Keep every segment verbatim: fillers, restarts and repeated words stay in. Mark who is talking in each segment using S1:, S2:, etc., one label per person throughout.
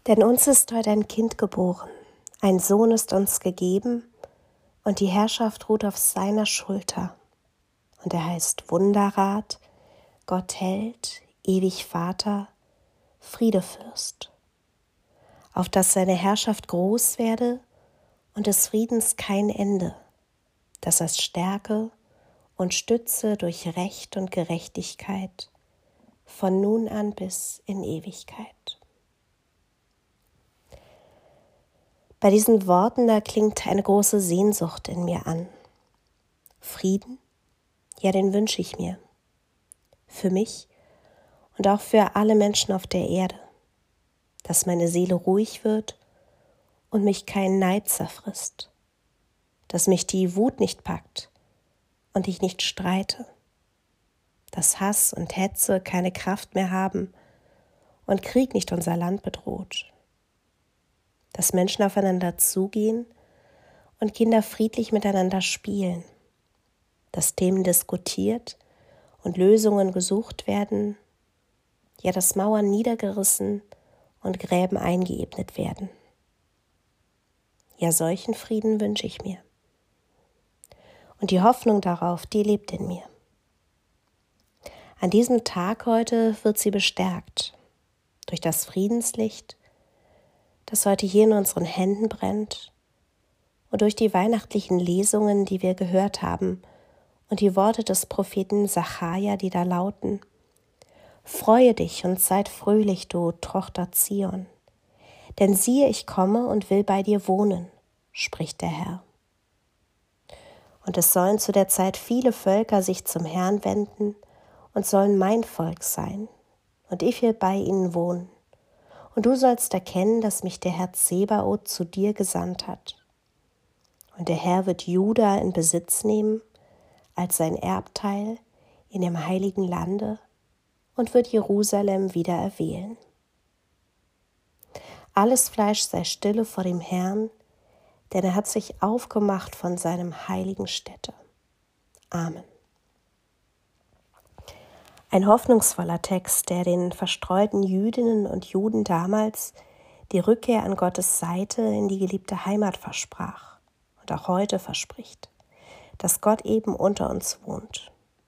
S1: Denn uns ist heute ein Kind geboren, ein Sohn ist uns gegeben, und die Herrschaft ruht auf seiner Schulter. Und er heißt Wunderrat, Gott Held, ewig Vater, Friedefürst. Auf dass seine Herrschaft groß werde und des Friedens kein Ende, dass er stärke und stütze durch Recht und Gerechtigkeit von nun an bis in Ewigkeit. Bei diesen Worten, da klingt eine große Sehnsucht in mir an. Frieden? Ja, den wünsche ich mir. Für mich und auch für alle Menschen auf der Erde. Dass meine Seele ruhig wird und mich kein Neid zerfrisst. Dass mich die Wut nicht packt und ich nicht streite. Dass Hass und Hetze keine Kraft mehr haben und Krieg nicht unser Land bedroht. Dass Menschen aufeinander zugehen und Kinder friedlich miteinander spielen. Dass Themen diskutiert und Lösungen gesucht werden, ja, dass Mauern niedergerissen und Gräben eingeebnet werden. Ja, solchen Frieden wünsche ich mir. Und die Hoffnung darauf, die lebt in mir. An diesem Tag heute wird sie bestärkt durch das Friedenslicht, das heute hier in unseren Händen brennt, und durch die weihnachtlichen Lesungen, die wir gehört haben, und die Worte des Propheten Sacharja, die da lauten: Freue dich und seid fröhlich, du Tochter Zion, denn siehe, ich komme und will bei dir wohnen, spricht der Herr. Und es sollen zu der Zeit viele Völker sich zum Herrn wenden und sollen mein Volk sein, und ich will bei ihnen wohnen. Und du sollst erkennen, dass mich der Herr Zebaoth zu dir gesandt hat. Und der Herr wird Juda in Besitz nehmen, als sein Erbteil in dem heiligen Lande, und wird Jerusalem wieder erwählen. Alles Fleisch sei stille vor dem Herrn, denn er hat sich aufgemacht von seinem heiligen Stätte. Amen. Ein hoffnungsvoller Text, der den verstreuten Jüdinnen und Juden damals die Rückkehr an Gottes Seite in die geliebte Heimat versprach und auch heute verspricht, dass Gott eben unter uns wohnt.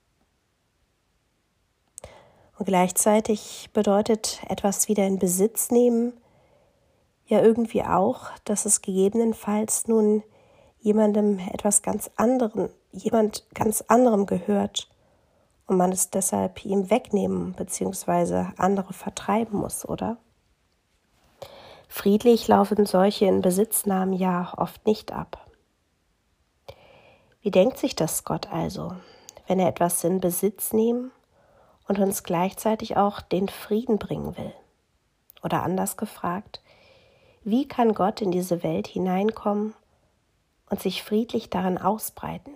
S1: Und gleichzeitig bedeutet etwas wieder in Besitz nehmen ja irgendwie auch, dass es gegebenenfalls nun jemandem etwas ganz anderem, jemand ganz anderem gehört und man es deshalb ihm wegnehmen bzw. andere vertreiben muss, oder? Friedlich laufen solche Inbesitznahmen ja oft nicht ab. Wie denkt sich das Gott also, wenn er etwas in Besitz nehmen und uns gleichzeitig auch den Frieden bringen will? Oder anders gefragt, wie kann Gott in diese Welt hineinkommen und sich friedlich darin ausbreiten?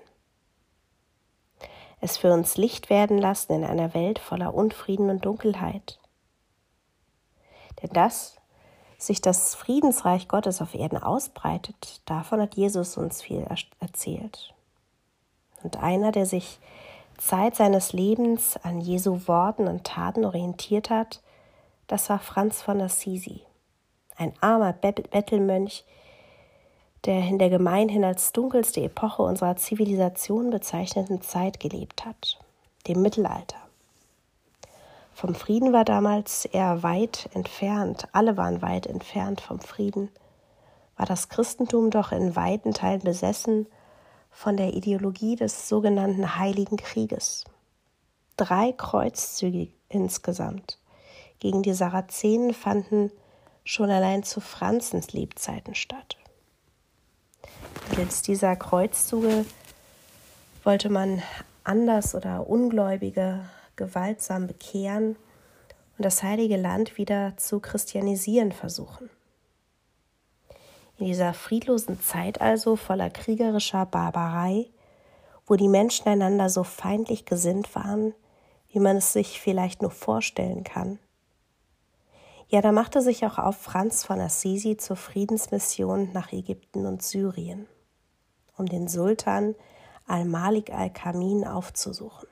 S1: Es für uns Licht werden lassen in einer Welt voller Unfrieden und Dunkelheit. Denn dass sich das Friedensreich Gottes auf Erden ausbreitet, davon hat Jesus uns viel erzählt. Und einer, der sich Zeit seines Lebens an Jesu Worten und Taten orientiert hat, das war Franz von Assisi, ein armer Bettelmönch, der in der gemeinhin als dunkelste Epoche unserer Zivilisation bezeichneten Zeit gelebt hat, dem Mittelalter. Vom Frieden war damals eher weit entfernt, alle waren weit entfernt vom Frieden, war das Christentum doch in weiten Teilen besessen von der Ideologie des sogenannten Heiligen Krieges. Drei Kreuzzüge insgesamt gegen die Sarazenen fanden schon allein zu Franzens Lebzeiten statt. Mittels dieser Kreuzzüge wollte man Anders- oder Ungläubige gewaltsam bekehren und das Heilige Land wieder zu christianisieren versuchen. In dieser friedlosen Zeit also voller kriegerischer Barbarei, wo die Menschen einander so feindlich gesinnt waren, wie man es sich vielleicht nur vorstellen kann. Ja, da machte sich auch auf Franz von Assisi zur Friedensmission nach Ägypten und Syrien, um den Sultan al-Malik al-Qamin aufzusuchen.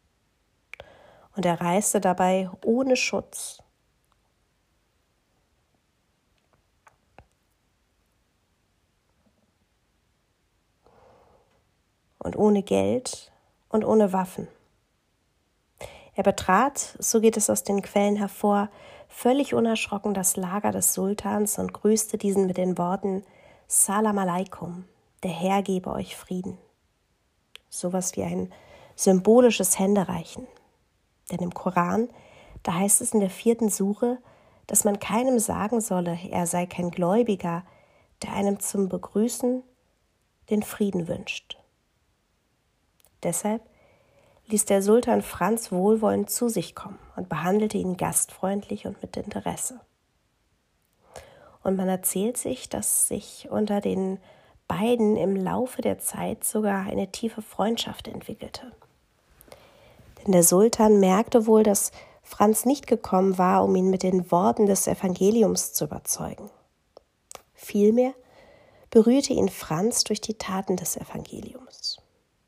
S1: Und er reiste dabei ohne Schutz und ohne Geld und ohne Waffen. Er betrat, so geht es aus den Quellen hervor, völlig unerschrocken das Lager des Sultans und grüßte diesen mit den Worten Salam alaikum, der Herr gebe euch Frieden. Sowas wie ein symbolisches Händereichen. Denn im Koran, da heißt es in der vierten Sure, dass man keinem sagen solle, er sei kein Gläubiger, der einem zum Begrüßen den Frieden wünscht. Deshalb ließ der Sultan Franz wohlwollend zu sich kommen und behandelte ihn gastfreundlich und mit Interesse. Und man erzählt sich, dass sich unter den beiden im Laufe der Zeit sogar eine tiefe Freundschaft entwickelte. Denn der Sultan merkte wohl, dass Franz nicht gekommen war, um ihn mit den Worten des Evangeliums zu überzeugen. Vielmehr berührte ihn Franz durch die Taten des Evangeliums.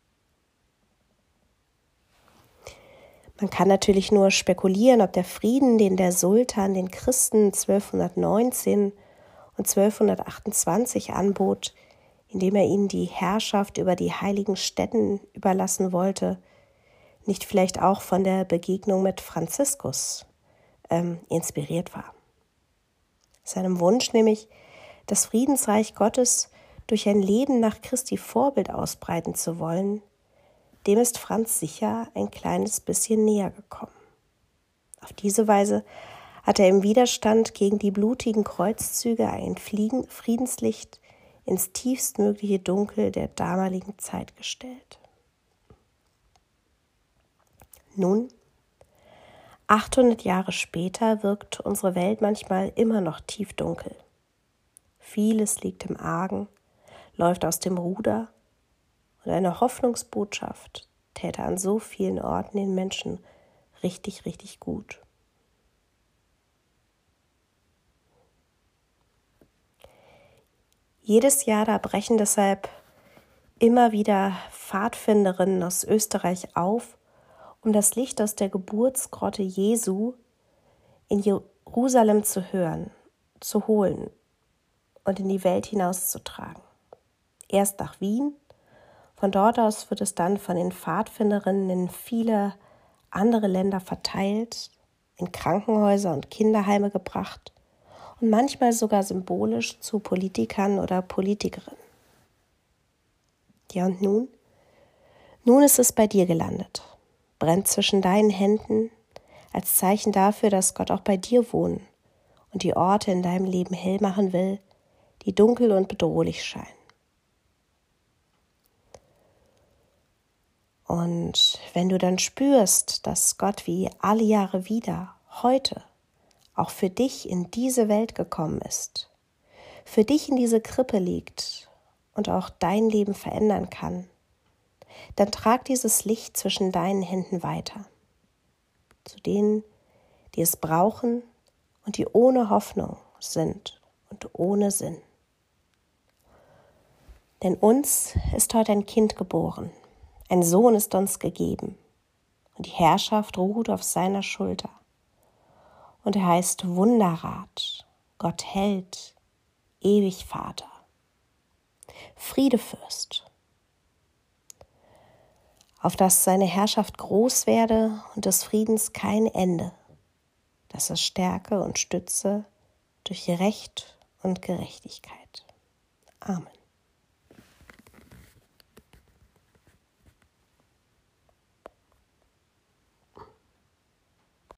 S1: Man kann natürlich nur spekulieren, ob der Frieden, den der Sultan den Christen zwölfhundertneunzehn und zwölfhundertachtundzwanzig anbot, indem er ihnen die Herrschaft über die heiligen Stätten überlassen wollte, nicht vielleicht auch von der Begegnung mit Franziskus ähm, inspiriert war. Seinem Wunsch nämlich, das Friedensreich Gottes durch ein Leben nach Christi Vorbild ausbreiten zu wollen, dem ist Franz sicher ein kleines bisschen näher gekommen. Auf diese Weise hat er im Widerstand gegen die blutigen Kreuzzüge ein Friedenslicht ins tiefstmögliche Dunkel der damaligen Zeit gestellt. Nun, achthundert Jahre später wirkt unsere Welt manchmal immer noch tiefdunkel. Vieles liegt im Argen, läuft aus dem Ruder und eine Hoffnungsbotschaft täte an so vielen Orten den Menschen richtig, richtig gut. Jedes Jahr da brechen deshalb immer wieder Pfadfinderinnen aus Österreich auf, um das Licht aus der Geburtsgrotte Jesu in Jerusalem zu hören, zu holen und in die Welt hinauszutragen. Erst nach Wien, von dort aus wird es dann von den Pfadfinderinnen in viele andere Länder verteilt, in Krankenhäuser und Kinderheime gebracht und manchmal sogar symbolisch zu Politikern oder Politikerinnen. Ja, und nun? Nun ist es bei dir gelandet, brennt zwischen deinen Händen als Zeichen dafür, dass Gott auch bei dir wohnen und die Orte in deinem Leben hell machen will, die dunkel und bedrohlich scheinen. Und wenn du dann spürst, dass Gott wie alle Jahre wieder, heute, auch für dich in diese Welt gekommen ist, für dich in diese Krippe liegt und auch dein Leben verändern kann, dann trag dieses Licht zwischen deinen Händen weiter. Zu denen, die es brauchen und die ohne Hoffnung sind und ohne Sinn. Denn uns ist heute ein Kind geboren, ein Sohn ist uns gegeben und die Herrschaft ruht auf seiner Schulter. Und er heißt Wunderrat, Gott Held, ewig Vater, Friedefürst, auf dass seine Herrschaft groß werde und des Friedens kein Ende, dass er stärke und stütze durch Recht und Gerechtigkeit. Amen.